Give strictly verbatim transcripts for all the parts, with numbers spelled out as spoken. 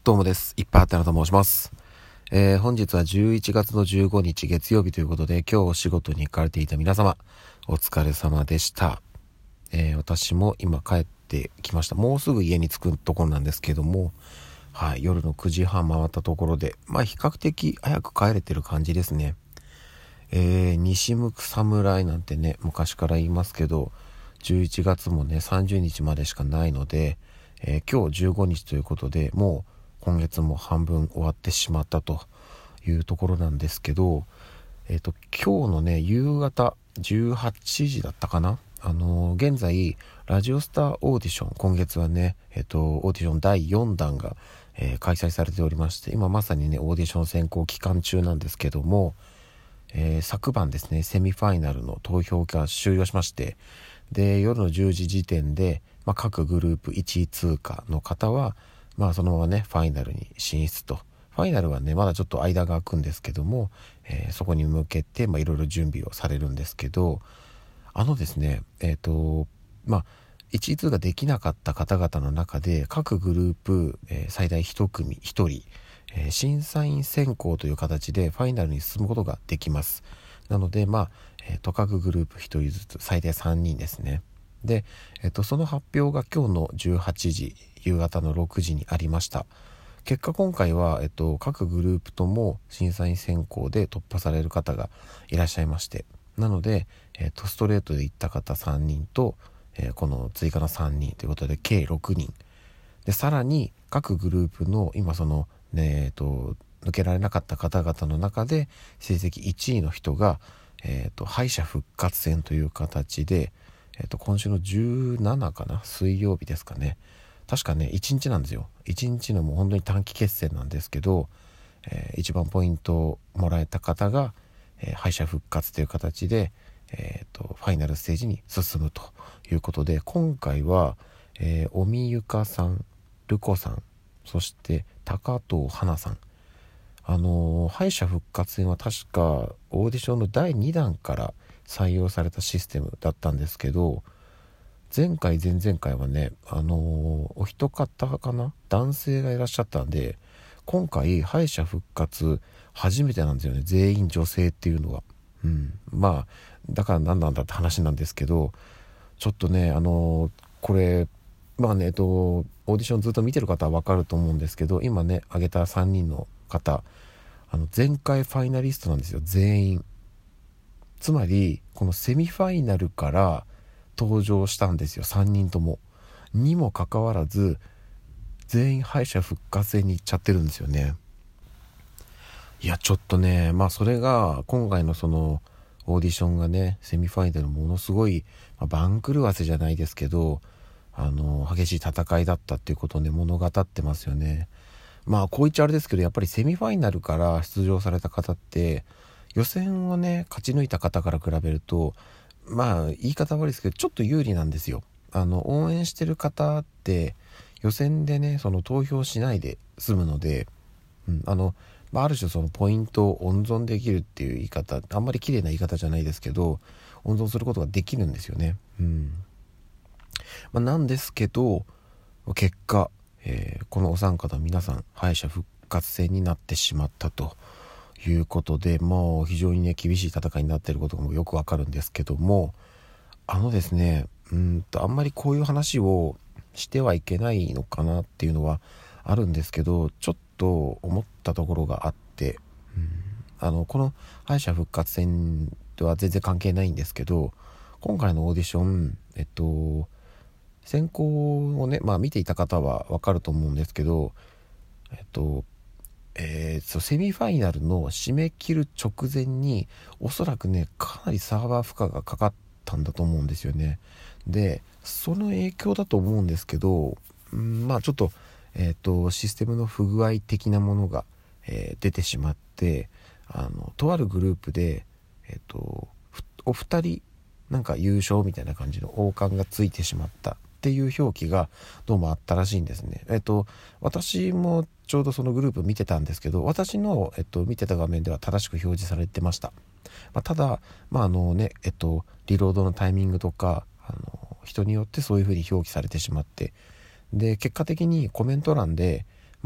どうもです。いっぱいあったなと申します。えー、本日はじゅういちがつのじゅうごにち月曜日ということで、今日お仕事に行かれていた皆様、お疲れ様でした。えー、私も今帰ってきました。もうすぐ家に着くところなんですけども、はい、夜のくじはん回ったところで、まあ比較的早く帰れてる感じですね。えー、西向く侍なんてね、昔から言いますけど、じゅういちがつもね、さんじゅうにちまでしかないので、えー、今日じゅうごにちということで、もう今月も半分終わってしまったというところなんですけど、えっと、今日のね、夕方じゅうはちじだったかな。あのー、現在、ラジオスターオーディション、今月はね、えっと、オーディションだいよんだんが、えー開催されておりまして、今まさにね、オーディション選考期間中なんですけども、えー昨晩ですね、セミファイナルの投票が終了しまして、で、夜のじゅうじ時点で、まあ、各グループいちい通過の方は、まあ、そのままね、ファイナルに進出と。ファイナルはね、まだちょっと間が空くんですけども、えーそこに向けて、まあ、いろいろ準備をされるんですけど、あのですね、えっと、まあ、いちい通過できなかった方々の中で、各グループ、えー最大いち組ひとり、えー審査員選考という形でファイナルに進むことができます。なので、まあ、えーと、各グループひとりずつ最大さんにんですね。で、えっと、その発表が今日のじゅうはちじ、夕方のろくじにありました。結果今回は、えっと、各グループとも審査員選考で突破される方がいらっしゃいまして、なので、えっと、ストレートで行った方さんにんと、えーこの追加のさんにんということで計ろくにんで、さらに各グループの今その、ねえっと、抜けられなかった方々の中で成績いちいの人が、えっと、敗者復活戦という形で、えっと、今週のじゅうしちかな、水曜日ですかね。確かね、いちにちなんですよ。いちにちのもう本当に短期決戦なんですけど、えー一番ポイントをもらえた方が、えー敗者復活という形で、えーと、ファイナルステージに進むということで、今回は、えー、尾身ゆかさん、ルコさん、そして高藤花さん、あのー敗者復活戦は確かオーディションのだいにだんから採用されたシステムだったんですけど、前回前々回はね、あのーお一方かな、男性がいらっしゃったんで、今回敗者復活初めてなんですよね、全員女性っていうのは。うん、まあだから何なんだって話なんですけど、ちょっとね、あのーこれまあね、えっとオーディションずっと見てる方は分かると思うんですけど、今ね挙げたさんにんの方、あの前回ファイナリストなんですよ、全員。つまりこのセミファイナルから登場したんですよ、さんにんとも。にもかかわらず全員敗者復活戦に行っちゃってるんですよね。いやちょっとね、まあそれが今回のそのオーディションがね、セミファイナルものすごい、まあ、番狂わせじゃないですけど、あの激しい戦いだったっていうことをね物語ってますよね。まあこう言っちゃあれですけど、やっぱりセミファイナルから出場された方って予選をね勝ち抜いた方から比べると、まあ言い方悪いですけどちょっと有利なんですよ。あの応援してる方って予選でねその投票しないで済むので、うん、あの、まあ、ある種そのポイントを温存できるっていう言い方、あんまり綺麗な言い方じゃないですけど、温存することができるんですよね。うん。まあ、なんですけど結果、えーこのお三方皆さん敗者復活戦になってしまったということで、もう非常にね厳しい戦いになっていることがもうよくわかるんですけども、あのですね、うんとあんまりこういう話をしてはいけないのかなっていうのはあるんですけど、ちょっと思ったところがあって、うん、あのこの敗者復活戦とは全然関係ないんですけど、今回のオーディション、えっと選考をね、まあ見ていた方はわかると思うんですけど、えっと、えーそうセミファイナルの締め切る直前におそらくねかなりサーバー負荷がかかったんだと思うんですよね。でその影響だと思うんですけど、うんまあちょっと、えっとシステムの不具合的なものが、えー出てしまって、あのとあるグループで、えっとふお二人なんか優勝みたいな感じの王冠がついてしまったっていう表記がどうもあったらしいんですね。えっと私もちょうどそのグループ見てたんですけど、私の、えっと、見てた画面では正しく表示されてました。まあ、ただ、まああのねえっと、リロードのタイミングとかあの人によってそういう風に表記されてしまって、で結果的にコメント欄で、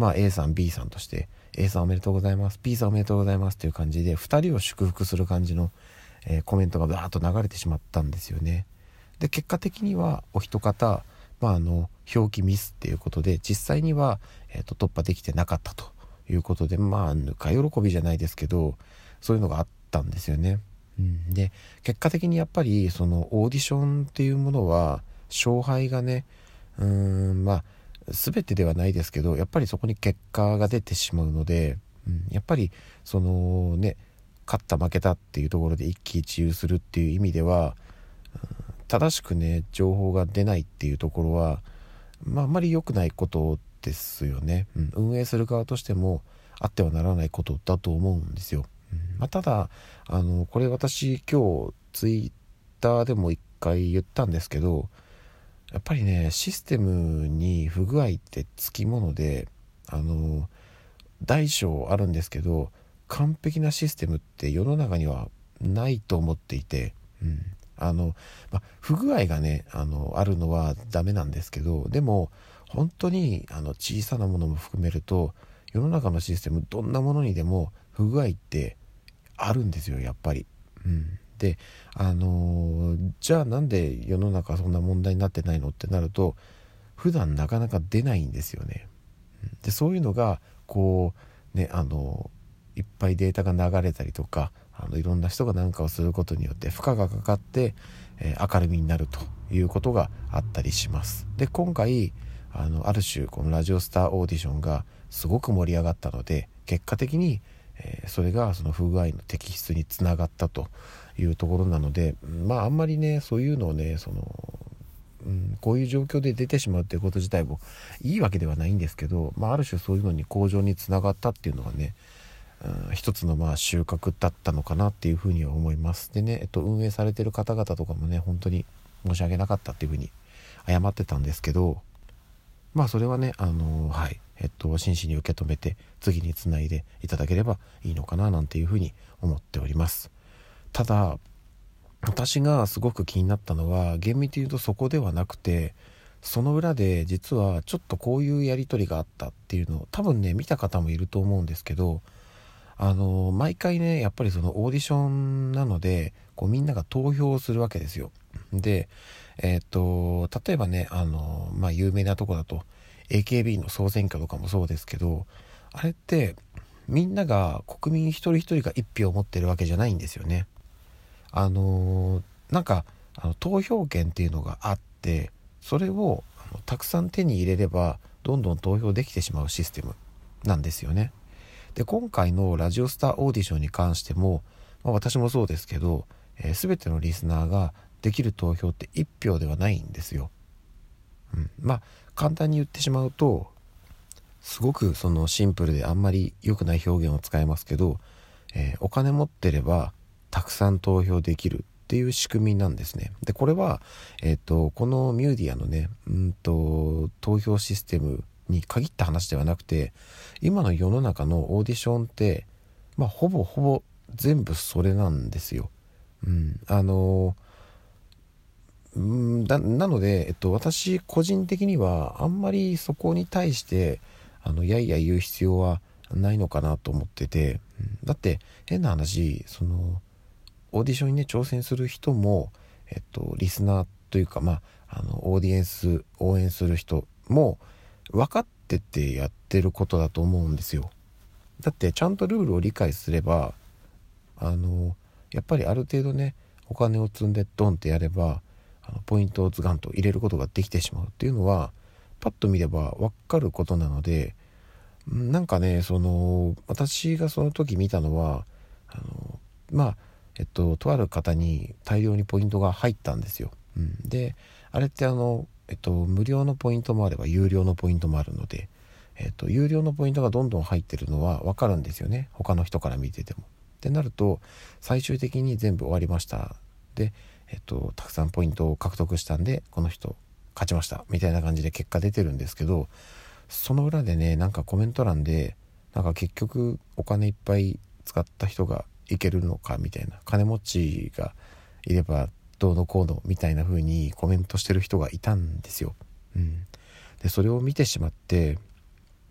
まあ A さん B さんとして A さんおめでとうございます B さんおめでとうございますという感じでふたりを祝福する感じの、えー、コメントがバーッと流れてしまったんですよね。で結果的にはお一方、まあ、あの表記ミスっていうことで実際には、えー、と突破できてなかったということで、まあぬか喜びじゃないですけどそういうのがあったんですよね。うん、で結果的にやっぱりそのオーディションっていうものは勝敗がねうーんまあ全てではないですけどやっぱりそこに結果が出てしまうので、うん、やっぱりそのね勝った負けたっていうところで一喜一憂するっていう意味では、うん、正しくね情報が出ないっていうところは、まあ、あんまり良くないことですよね、うん、運営する側としてもあってはならないことだと思うんですよ。うんまあ、ただあのこれ私今日ツイッターでも一回言ったんですけどやっぱりねシステムに不具合ってつきものであの大小あるんですけど完璧なシステムって世の中にはないと思っていて、うんあのまあ、不具合がねあのあるのはダメなんですけどでも本当にあの小さなものも含めると世の中のシステムどんなものにでも不具合ってあるんですよやっぱり。うんであのー、じゃあなんで世の中そんな問題になってないのってなると普段なかなか出ないんですよね。でそういうのがこうねあのいっぱいデータが流れたりとかあのいろんな人が何かをすることによって負荷がかかって、えー、明るみになるということがあったりします。で今回あのある種このラジオスターオーディションがすごく盛り上がったので結果的にえー、それがその不具合の摘出につながったというところなのでまああんまりねそういうのをねその、うん、こういう状況で出てしまうっていうこと自体もいいわけではないんですけど、まあ、ある種そういうのに向上につながったっていうのがね、うん、一つのまあ収穫だったのかなっていうふうには思います。でね、えっと、運営されてる方々とかもね本当に申し訳なかったっていうふうに謝ってたんですけどまあそれはねあのー、はいえっと真摯に受け止めて次につないでいただければいいのかななんていうふうに思っております。ただ私がすごく気になったのは厳密に言うとそこではなくてその裏で実はちょっとこういうやり取りがあったっていうのを多分ね見た方もいると思うんですけどあの毎回ねやっぱりそのオーディションなのでこうみんなが投票するわけですよ。でえっと例えばねあのまあ有名なとこだと エーケービー の総選挙とかもそうですけどあれってみんなが国民一人一人が一票を持ってるわけじゃないんですよね。あのなんかあの投票権っていうのがあってそれをあのたくさん手に入れればどんどん投票できてしまうシステムなんですよね。で今回のラジオスターオーディションに関しても、まあ、私もそうですけど、えー、全てのリスナーができる投票っていち票ではないんですよ。うん、まあ簡単に言ってしまうとすごくそのシンプルであんまり良くない表現を使いますけど、えー、お金持ってればたくさん投票できるっていう仕組みなんですね。でこれは、えー、とこのミューディアのねうんと投票システムに限った話ではなくて今の世の中のオーディションってまあほぼほぼ全部それなんですよ。うん、あのうんだなので、えっと、私個人的にはあんまりそこに対してあのやいや言う必要はないのかなと思ってて、うん、だって変な話そのオーディションにね挑戦する人も、えっと、リスナーというか、まあ、あのオーディエンス応援する人も分かっててやってることだと思うんですよ。だってちゃんとルールを理解すればあのやっぱりある程度ねお金を積んでドンってやればあのポイントをズガンと入れることができてしまうっていうのはパッと見れば分かることなのでなんかねその私がその時見たのはあのまあえっととある方に大量にポイントが入ったんですよ。うん、であれってあのえっと無料のポイントもあれば有料のポイントもあるので、えっと有料のポイントがどんどん入ってるのは分かるんですよね他の人から見てても。ってなると最終的に全部終わりましたで、えっとたくさんポイントを獲得したんでこの人勝ちましたみたいな感じで結果出てるんですけどその裏でねなんかコメント欄でなんか結局お金いっぱい使った人がいけるのかみたいな金持ちがいればどうのこうのみたいな風にコメントしてる人がいたんですよ。うん、でそれを見てしまって、うん、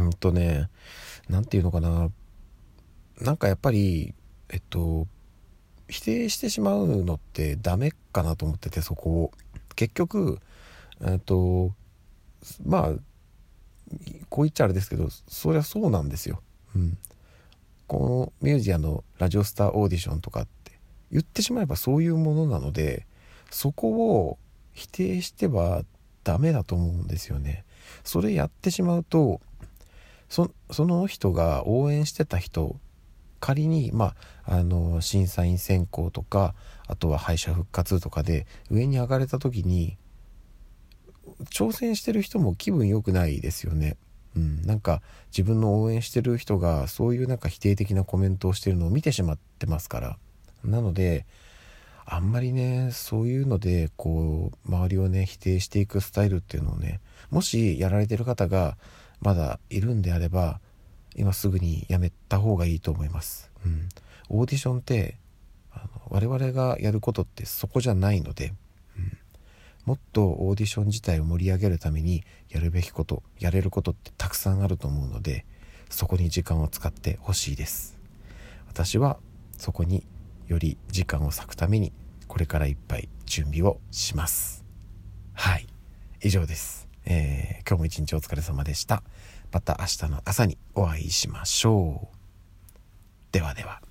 うんとねなんていうのかな、なんかやっぱりえっと否定してしまうのってダメかなと思ってて、そこを結局えっとまあこう言っちゃあれですけど、そりゃそうなんですよ。うん、このミュージアのラジオスターオーディションとかって言ってしまえばそういうものなので、そこを否定してはダメだと思うんですよね。それやってしまうと、そ, その人が応援してた人、仮にまああの審査員選考とか、あとは敗者復活とかで上に上がれた時に、挑戦してる人も気分良くないですよね。うん、なんか自分の応援してる人がそういうなんか否定的なコメントをしてるのを見てしまってますから。なのであんまりね、そういうのでこう周りをね否定していくスタイルっていうのをね、もしやられてる方がまだいるんであれば、今すぐにやめた方がいいと思います。うん、オーディションってあの我々がやることってそこじゃないので、うん、もっとオーディション自体を盛り上げるためにやるべきこと、やれることってたくさんあると思うので、そこに時間を使ってほしいです。私はそこにより時間を割くためにこれからいっぱい準備をします。はい、以上です。えー、今日も一日お疲れ様でした。また明日の朝にお会いしましょう。ではでは。